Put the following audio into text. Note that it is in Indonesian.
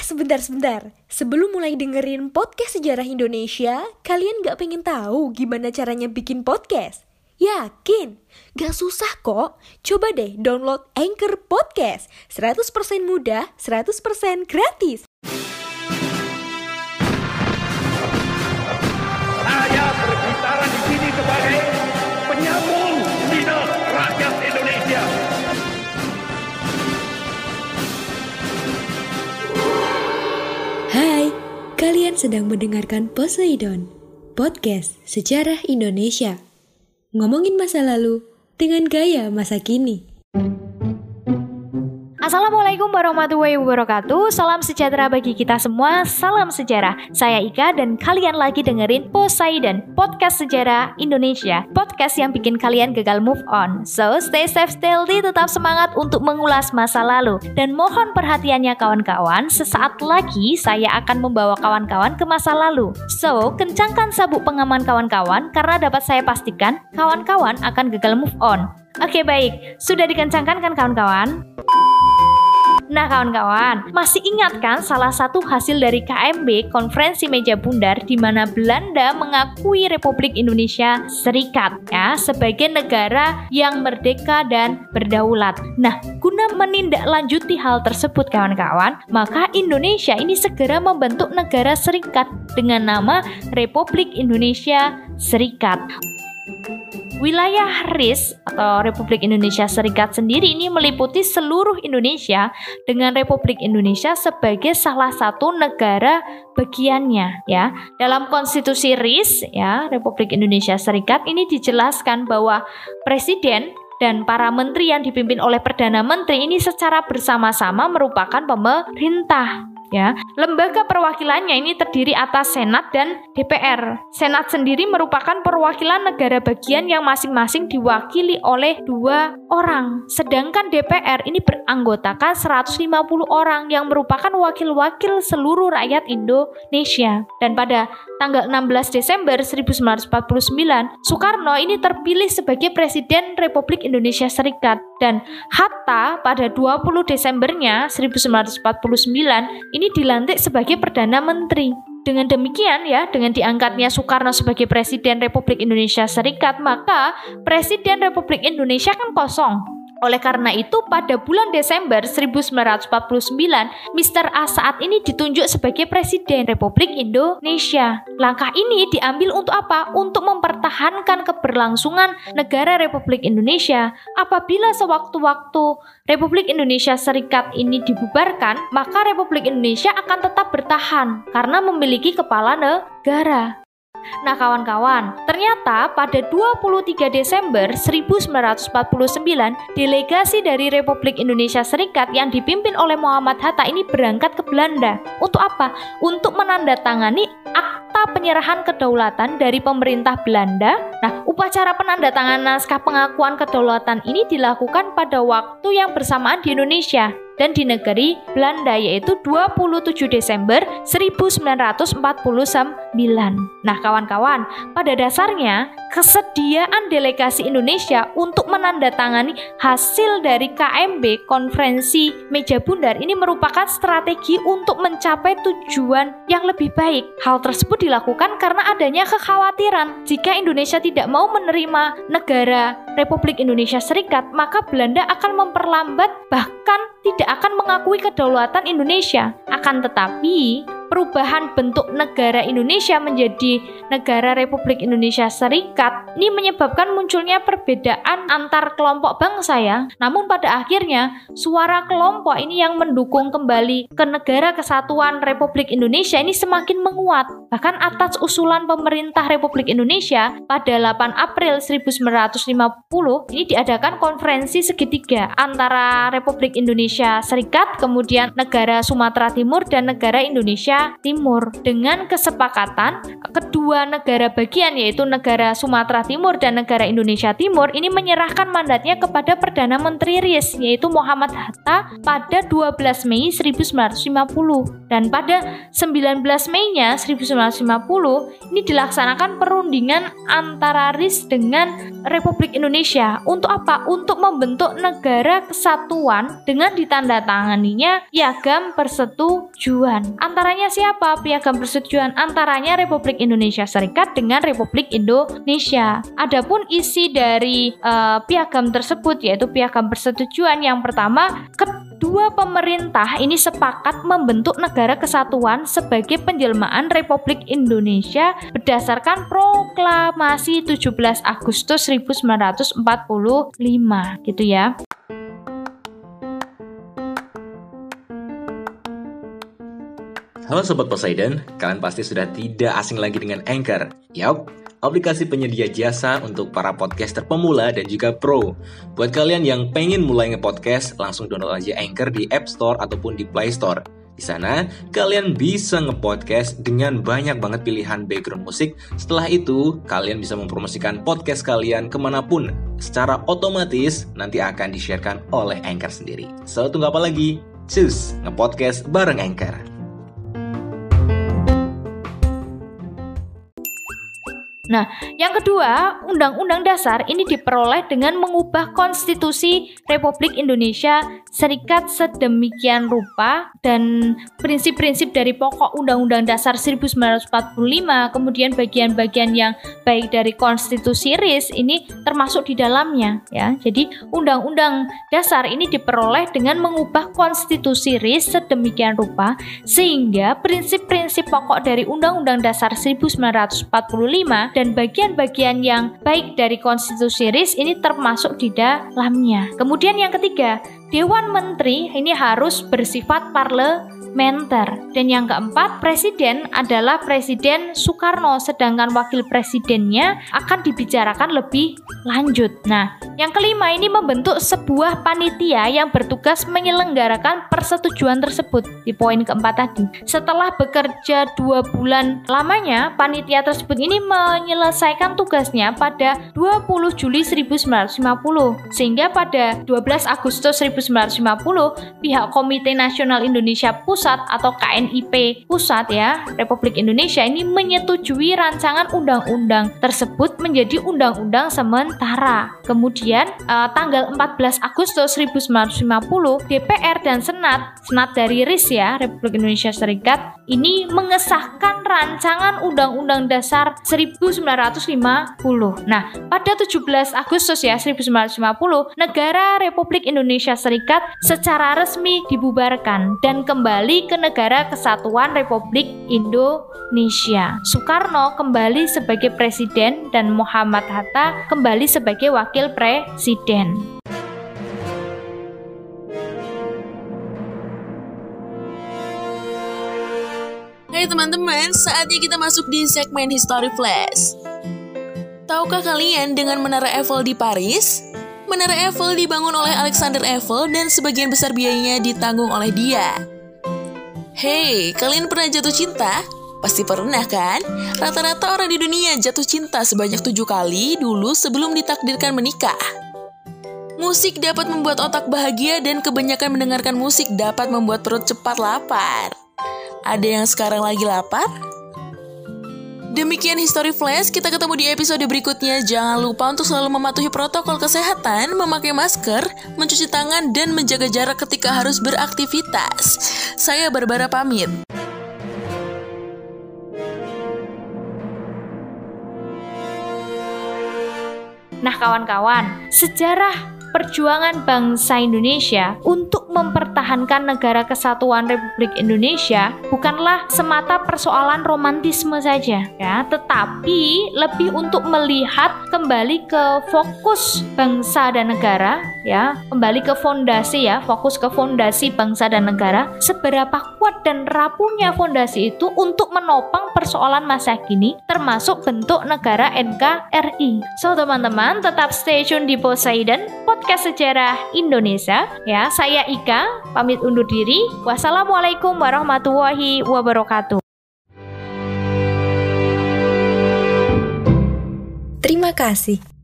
Sebentar. Sebelum mulai dengerin podcast sejarah Indonesia, kalian gak pengen tahu gimana caranya bikin podcast? Yakin? Gak susah kok. Coba deh download Anchor Podcast. 100% mudah, 100% gratis. Saya berbicara di sini sebagai penyambung lidah rakyat Indonesia. Hai, kalian sedang mendengarkan Poseidon, podcast sejarah Indonesia. Ngomongin masa lalu dengan gaya masa kini. Assalamualaikum warahmatullahi wabarakatuh. Salam sejahtera bagi kita semua. Salam sejarah. Saya Ika dan kalian lagi dengerin Poseidon, podcast sejarah Indonesia. Podcast yang bikin kalian gagal move on. So, stay safe, stay healthy, tetap semangat untuk mengulas masa lalu. Dan mohon perhatiannya kawan-kawan, sesaat lagi saya akan membawa kawan-kawan ke masa lalu. So, kencangkan sabuk pengaman kawan-kawan karena dapat saya pastikan kawan-kawan akan gagal move on. Oke, baik. Sudah dikencangkan kan kawan-kawan? Nah kawan-kawan, masih ingat kan salah satu hasil dari KMB, Konferensi Meja Bundar, di mana Belanda mengakui Republik Indonesia Serikat ya sebagai negara yang merdeka dan berdaulat. Nah, guna menindaklanjuti hal tersebut kawan-kawan, maka Indonesia ini segera membentuk negara serikat dengan nama Republik Indonesia Serikat. Wilayah RIS atau Republik Indonesia Serikat sendiri ini meliputi seluruh Indonesia dengan Republik Indonesia sebagai salah satu negara bagiannya ya. Dalam konstitusi RIS ya, Republik Indonesia Serikat ini dijelaskan bahwa presiden dan para menteri yang dipimpin oleh Perdana Menteri ini secara bersama-sama merupakan pemerintah. Ya, lembaga perwakilannya ini terdiri atas Senat dan DPR. Senat sendiri merupakan perwakilan negara bagian yang masing-masing diwakili oleh 2 orang. Sedangkan DPR ini beranggotakan 150 orang yang merupakan wakil-wakil seluruh rakyat Indonesia. Dan pada tanggal 16 Desember 1949, Soekarno ini terpilih sebagai Presiden Republik Indonesia Serikat. Dan Hatta pada 20 Desembernya 1949 ini dilantik sebagai Perdana Menteri. Dengan demikian ya, dengan diangkatnya Soekarno sebagai Presiden Republik Indonesia Serikat, maka Presiden Republik Indonesia kan kosong. Oleh karena itu, pada bulan Desember 1949, Mr. A saat ini ditunjuk sebagai Presiden Republik Indonesia. Langkah ini diambil untuk apa? Untuk mempertahankan keberlangsungan negara Republik Indonesia. Apabila sewaktu-waktu Republik Indonesia Serikat ini dibubarkan, maka Republik Indonesia akan tetap bertahan karena memiliki kepala negara. Nah kawan-kawan, ternyata pada 23 Desember 1949, delegasi dari Republik Indonesia Serikat yang dipimpin oleh Muhammad Hatta ini berangkat ke Belanda. Untuk apa? Untuk menandatangani akta penyerahan kedaulatan dari pemerintah Belanda. Nah, upacara penandatanganan naskah pengakuan kedaulatan ini dilakukan pada waktu yang bersamaan di Indonesia dan di negeri Belanda, yaitu 27 Desember 1949. Nah kawan-kawan, pada dasarnya kesediaan delegasi Indonesia untuk menandatangani hasil dari KMB, Konferensi Meja Bundar, ini merupakan strategi untuk mencapai tujuan yang lebih baik. Hal tersebut dilakukan karena adanya kekhawatiran jika Indonesia tidak mau menerima negara Republik Indonesia Serikat, maka Belanda akan memperlambat bahkan tidak akan mengakui kedaulatan Indonesia. Akan tetapi, perubahan bentuk negara Indonesia menjadi negara Republik Indonesia Serikat ini menyebabkan munculnya perbedaan antar kelompok bangsa ya. Namun pada akhirnya suara kelompok ini yang mendukung kembali ke negara kesatuan Republik Indonesia ini semakin menguat. Bahkan atas usulan pemerintah Republik Indonesia pada 8 April 1950 ini diadakan konferensi segitiga antara Republik Indonesia Serikat, kemudian negara Sumatera Timur dan negara Indonesia Indonesia Timur dengan kesepakatan kedua negara bagian yaitu negara Sumatera Timur dan negara Indonesia Timur ini menyerahkan mandatnya kepada Perdana Menteri RIS yaitu Muhammad Hatta pada 12 Mei 1950 dan pada 19 Mei-nya 1950 ini dilaksanakan perundingan antara RIS dengan Republik Indonesia. Untuk apa? Untuk membentuk negara kesatuan dengan ditandatanganinya Piagam Persetujuan. Antaranya siapa piagam persetujuan? Antaranya Republik Indonesia Serikat dengan Republik Indonesia. Adapun isi dari piagam tersebut yaitu piagam persetujuan yang pertama, kedua pemerintah ini sepakat membentuk negara kesatuan sebagai penjelmaan Republik Indonesia berdasarkan proklamasi 17 Agustus 1945 gitu ya. Halo Sobat Poseidon, kalian pasti sudah tidak asing lagi dengan Anchor. Yap, aplikasi penyedia jasa untuk para podcaster pemula dan juga pro. Buat kalian yang pengen mulai nge-podcast, langsung download aja Anchor di App Store ataupun di Play Store. Di sana, kalian bisa nge-podcast dengan banyak banget pilihan background musik. Setelah itu, kalian bisa mempromosikan podcast kalian kemanapun. Secara otomatis, nanti akan di-sharekan oleh Anchor sendiri. So, tunggu apa lagi? Cus, nge-podcast bareng Anchor. Nah, yang kedua, Undang-Undang Dasar ini diperoleh dengan mengubah Konstitusi Republik Indonesia Serikat sedemikian rupa dan prinsip-prinsip dari pokok Undang-Undang Dasar 1945, kemudian bagian-bagian yang baik dari Konstitusi RIS ini termasuk di dalamnya ya. Jadi, Undang-Undang Dasar ini diperoleh dengan mengubah Konstitusi RIS sedemikian rupa sehingga prinsip-prinsip pokok dari Undang-Undang Dasar 1945 dan bagian-bagian yang baik dari Konstitusi RIS ini termasuk di dalamnya. Kemudian yang ketiga, Dewan Menteri ini harus bersifat parlementer. Dan yang keempat, Presiden adalah Presiden Soekarno, sedangkan Wakil Presidennya akan dibicarakan lebih lanjut. Nah, yang kelima ini membentuk sebuah panitia yang bertugas menyelenggarakan persetujuan tersebut di poin keempat tadi. Setelah bekerja 2 bulan lamanya, panitia tersebut ini menyelesaikan tugasnya pada 20 Juli 1950 sehingga pada 12 Agustus 1950 pihak Komite Nasional Indonesia Pusat atau KNIP Pusat ya Republik Indonesia ini menyetujui rancangan undang-undang tersebut menjadi undang-undang sementara. Kemudian tanggal 14 Agustus 1950 DPR dan Senat dari RIS ya Republik Indonesia Serikat ini mengesahkan rancangan Undang-Undang Dasar 1950. Nah, pada 17 Agustus ya 1950 negara Republik Indonesia Serikat secara resmi dibubarkan dan kembali ke Negara Kesatuan Republik Indonesia. Soekarno kembali sebagai presiden dan Muhammad Hatta kembali sebagai wakil presiden. Hai teman-teman, saatnya kita masuk di segmen History Flash. Tahukah kalian dengan Menara Eiffel di Paris? Menara Eiffel dibangun oleh Alexander Eiffel dan sebagian besar biayanya ditanggung oleh dia. Hey, kalian pernah jatuh cinta? Pasti pernah kan? Rata-rata orang di dunia jatuh cinta sebanyak 7 kali dulu sebelum ditakdirkan menikah. Musik dapat membuat otak bahagia dan kebanyakan mendengarkan musik dapat membuat perut cepat lapar. Ada yang sekarang lagi lapar? Demikian History Flash, kita ketemu di episode berikutnya. Jangan lupa untuk selalu mematuhi protokol kesehatan, memakai masker, mencuci tangan, dan menjaga jarak ketika harus beraktivitas. Saya Barbara pamit. Nah kawan-kawan, sejarah perjuangan bangsa Indonesia untuk mempertahankan negara kesatuan Republik Indonesia bukanlah semata persoalan romantisme saja ya, tetapi lebih untuk melihat kembali ke fokus bangsa dan negara ya, kembali ke fondasi ya, fokus ke fondasi bangsa dan negara, seberapa kuat dan rapuhnya fondasi itu untuk menopang persoalan masa kini termasuk bentuk negara NKRI. So teman-teman tetap stay tune di Poseidon Podcast podcast sejarah Indonesia. Ya, saya Ika, pamit undur diri. Wassalamualaikum warahmatullahi wabarakatuh. Terima kasih.